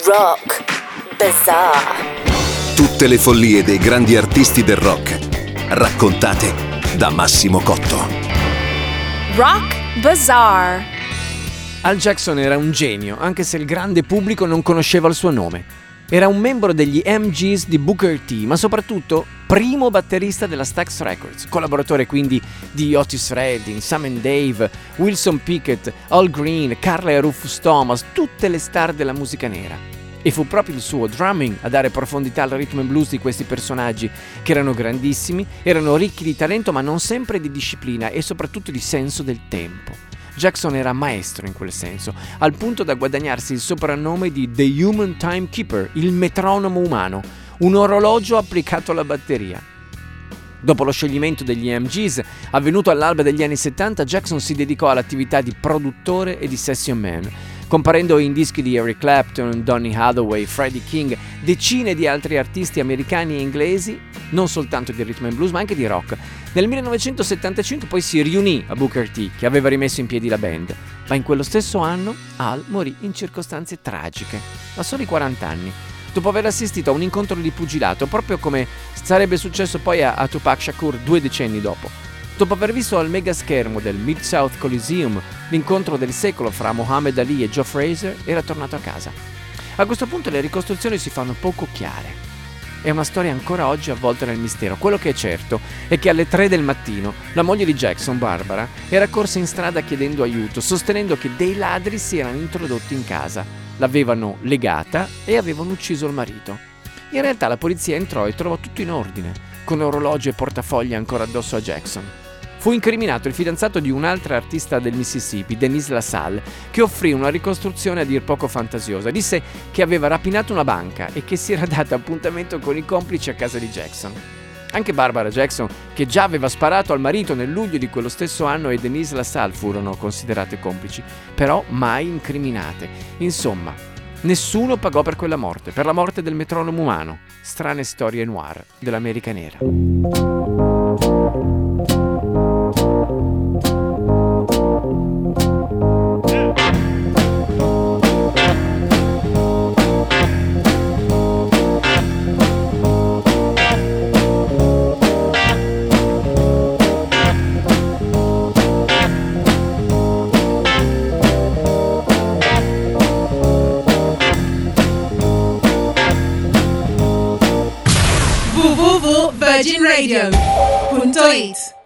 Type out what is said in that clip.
Rock Bazaar. Tutte le follie dei grandi artisti del rock, raccontate da Massimo Cotto. Rock Bazaar. Al Jackson era un genio, anche se il grande pubblico non conosceva il suo nome. Era un membro degli MGs di Booker T, ma soprattutto primo batterista della Stax Records, collaboratore quindi di Otis Redding, Sam and Dave, Wilson Pickett, Al Green, Carla e Rufus Thomas, tutte le star della musica nera. E fu proprio il suo drumming a dare profondità al rhythm and blues di questi personaggi, che erano grandissimi, erano ricchi di talento ma non sempre di disciplina e soprattutto di senso del tempo. Jackson era maestro in quel senso, al punto da guadagnarsi il soprannome di The Human Timekeeper, il metronomo umano, un orologio applicato alla batteria. Dopo lo scioglimento degli MGs, avvenuto all'alba degli anni 70, Jackson si dedicò all'attività di produttore e di session man, comparendo in dischi di Eric Clapton, Donny Hathaway, Freddie King, decine di altri artisti americani e inglesi, non soltanto di rhythm and blues ma anche di rock. Nel 1975 poi si riunì a Booker T, che aveva rimesso in piedi la band, ma in quello stesso anno Al morì in circostanze tragiche, a soli 40 anni, dopo aver assistito a un incontro di pugilato, proprio come sarebbe successo poi a Tupac Shakur 2 decenni dopo. Dopo aver visto al megaschermo del Mid-South Coliseum l'incontro del secolo fra Muhammad Ali e Joe Frazier, era tornato a casa. A questo punto le ricostruzioni si fanno poco chiare. È una storia ancora oggi avvolta nel mistero. Quello che è certo è che alle 3 del mattino la moglie di Jackson, Barbara, era corsa in strada chiedendo aiuto, sostenendo che dei ladri si erano introdotti in casa, l'avevano legata e avevano ucciso il marito. In realtà la polizia entrò e trovò tutto in ordine, con orologi e portafogli ancora addosso a Jackson. Fu incriminato il fidanzato di un'altra artista del Mississippi, Denise LaSalle, che offrì una ricostruzione a dir poco fantasiosa. Disse che aveva rapinato una banca e che si era data appuntamento con i complici a casa di Jackson. Anche Barbara Jackson, che già aveva sparato al marito nel luglio di quello stesso anno, e Denise LaSalle furono considerate complici, però mai incriminate. Insomma, nessuno pagò per quella morte, per la morte del metronomo umano. Strane storie noir dell'America nera. www.virginradio.it